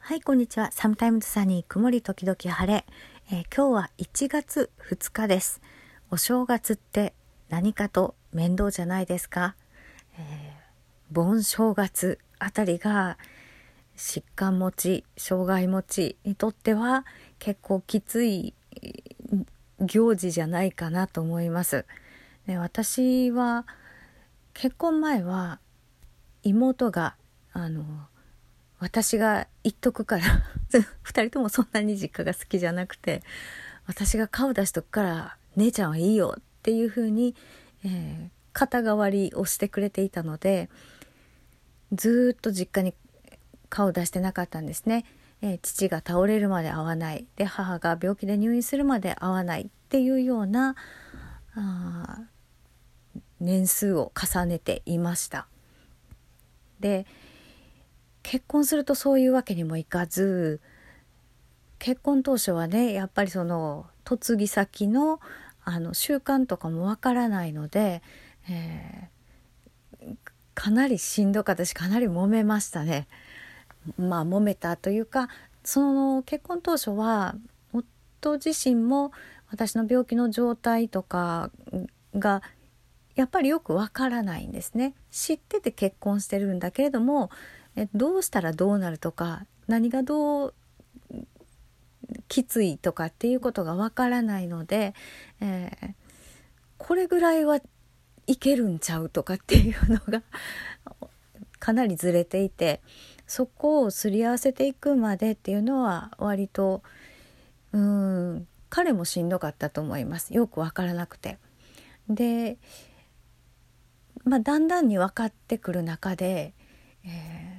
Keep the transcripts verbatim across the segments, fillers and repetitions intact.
はい、こんにちは。サムタイムズサニー、曇り時々晴れ、えー、今日はいちがつふつかです。お正月って何かと面倒じゃないですか。えー、盆正月あたりが疾患持ち、障害持ちにとっては結構きつい行事じゃないかなと思います。で、私は結婚前は妹があの私が言っとくからふたりともそんなに実家が好きじゃなくて、私が顔出しとくから姉ちゃんはいいよっていう風に、えー、肩代わりをしてくれていたので、ずっと実家に顔出してなかったんですね。えー、父が倒れるまで会わない、で母が病気で入院するまで会わないっていうようなあ年数を重ねていました。で、結婚するとそういうわけにもいかず、結婚当初はね、やっぱりその嫁ぎ先のあの習慣とかもわからないので、えー、かなりしんどかったし、かなり揉めましたね。まあ揉めたというか、その結婚当初は夫自身も私の病気の状態とかがやっぱりよくわからないんですね。知ってて結婚してるんだけれども、えどうしたらどうなるとか、何がどうきついとかっていうことがわからないので、えー、これぐらいはいけるんちゃうとかっていうのがかなりずれていて、そこをすり合わせていくまでっていうのは割とうーん彼もしんどかったと思います。よくわからなくて。で、まあ、だんだんに分かってくる中で、え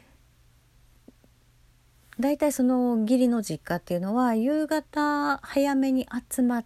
ー、だいたいその義理の実家っていうのは夕方早めに集まって、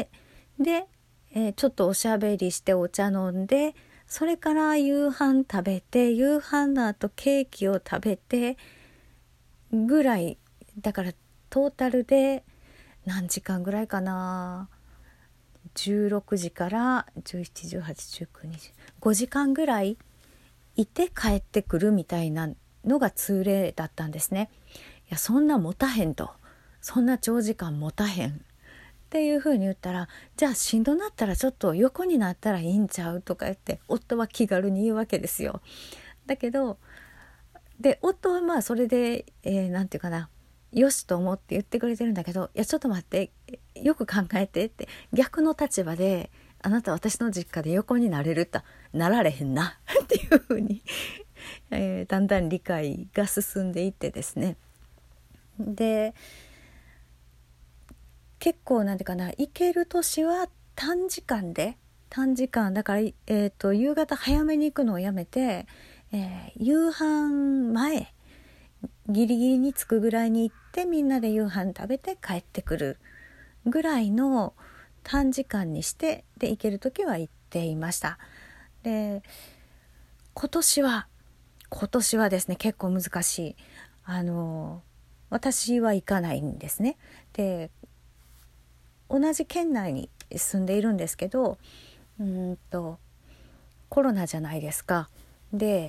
で、えー、ちょっとおしゃべりしてお茶飲んで、それから夕飯食べて、夕飯の後ケーキを食べてぐらいだから、トータルで何時間ぐらいかな、じゅうろくじからじゅうしち、じゅうはち、じゅうく、にじゅうごじかんぐらいいて帰ってくるみたいなのが通例だったんですね。いや、そんな持たへんと、そんな長時間持たへんっていう風に言ったら、じゃあしんどなったらちょっと横になったらいいんちゃうとか言って夫は気軽に言うわけですよ。だけど、で夫はまあそれで、えー、なんていうかな、よしと思って言ってくれてるんだけど、いやちょっと待って、よく考えてって、逆の立場であなた私の実家で横になれるとなられへんなっていう風に、えー、だんだん理解が進んでいってですね。で、結構なんていうかな、行ける年は短時間で短時間だから、えーと、夕方早めに行くのをやめて、えー、夕飯前ギリギリに着くぐらいに行って、みんなで夕飯食べて帰ってくるぐらいの短時間にして、で行ける時は行っていました。で、今年は今年はですね、結構難しい。あの私は行かないんですね。で、同じ県内に住んでいるんですけど、うーんとコロナじゃないですか。で、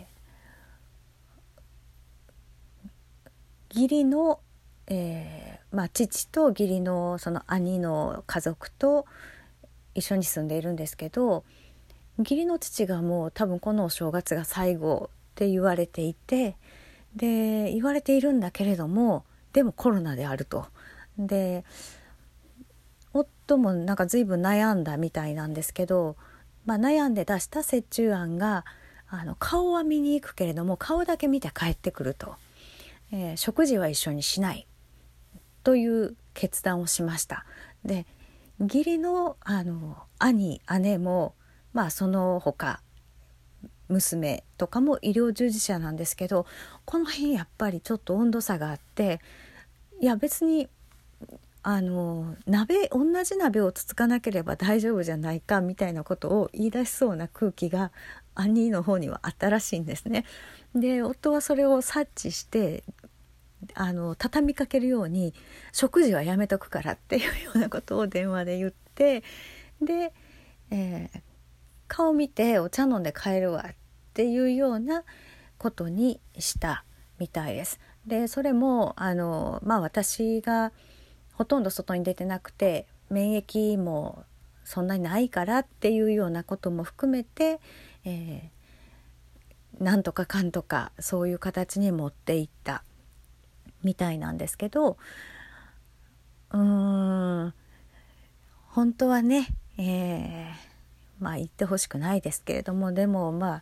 義理の、えーまあ、父と義理のその兄の家族と一緒に住んでいるんですけど、義理の父がもう多分このお正月が最後って言われていて、で言われているんだけれども、でもコロナであると。で、夫もなんか随分悩んだみたいなんですけど、まあ、悩んで出した折衷案が、あの顔は見に行くけれども顔だけ見て帰ってくると、えー、食事は一緒にしないという決断をしました。で、義理の、あの兄姉も、まあ、その他娘とかも医療従事者なんですけど、この辺やっぱりちょっと温度差があって、いや別にあの鍋同じ鍋をつつかなければ大丈夫じゃないかみたいなことを言い出しそうな空気が兄の方にはあったらしいんですね。で、夫はそれを察知して、あの畳みかけるように、食事はやめとくからっていうようなことを電話で言って、で、えー、顔見てお茶飲んで帰るわっていうようなことにしたみたいです。でそれもあの、まあ、私がほとんど外に出てなくて免疫もそんなにないからっていうようなことも含めて、えー、なんとかかんとかそういう形に持っていったみたいなんですけど、うーん本当はね、えー、まあ言ってほしくないですけれども、でもまあ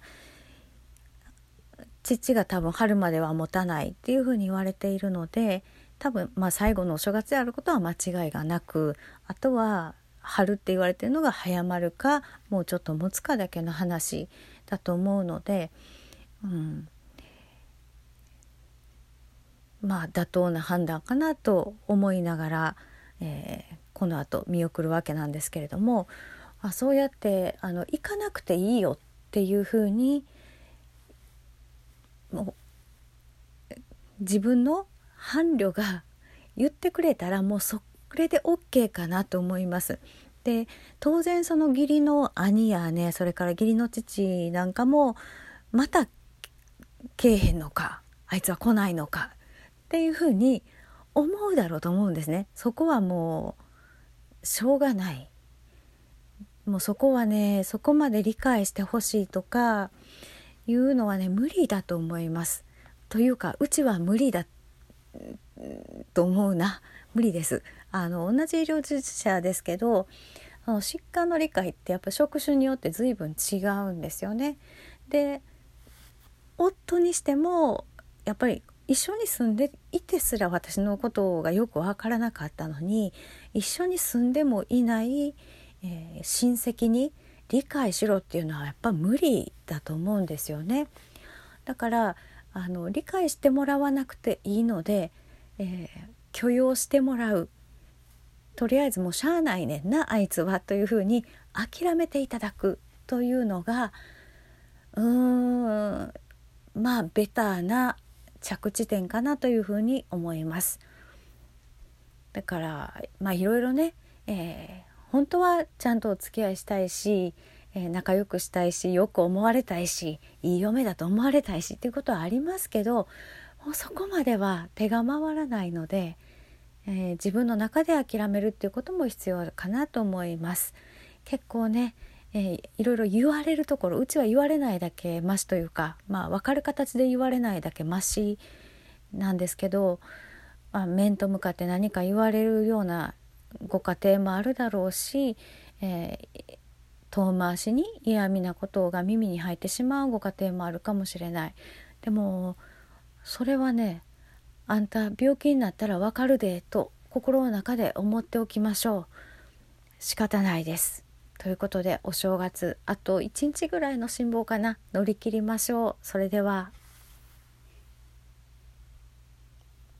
父が多分春までは持たないっていうふうに言われているので、多分まあ最後のお正月であることは間違いがなく、あとは春って言われているのが早まるかもうちょっと持つかだけの話だと思うので、うん、まあ妥当な判断かなと思いながら、えー、この後見送るわけなんですけれども、あそうやってあの行かなくていいよっていうふうにもう自分の伴侶が言ってくれたらもうそれで OK かなと思います。で当然その義理の兄やね、それから義理の父なんかもまた来えへんのか、あいつは来ないのかっていうふうに思うだろうと思うんですね。そこはもうしょうがない。もうそこはね、そこまで理解してほしいとかいうのはね無理だと思います。というかうちは無理だと思うな。無理です。あの同じ医療従事者ですけど、あの疾患の理解ってやっぱ職種によって随分違うんですよね。で夫にしてもやっぱり一緒に住んでいてすら私のことがよく分からなかったのに、一緒に住んでもいない、えー、親戚に理解しろっていうのはやっぱ無理だと思うんですよね。だからあの理解してもらわなくていいので、えー、許容してもらう、とりあえずもうしゃあないねんなあいつはというふうに諦めていただくというのがうーんまあベターな着地点かなというふうに思います。だからまあいろいろね、えー、本当はちゃんとお付き合いしたいし、えー、仲良くしたいし、よく思われたいし、いい嫁だと思われたいしっていうことはありますけど、もうそこまでは手が回らないので、えー、自分の中で諦めるっていうことも必要かなと思います。結構ね、えー、いろいろ言われるところ、うちは言われないだけマシというか、まあ分かる形で言われないだけマシなんですけど、まあ、面と向かって何か言われるようなご家庭もあるだろうし、えー、遠回しに嫌味なことが耳に入ってしまうご家庭もあるかもしれない。でもそれはね、あんた病気になったらわかるでと心の中で思っておきましょう。仕方ないです。ということでお正月あといちにちぐらいの辛抱かな、乗り切りましょう。それでは。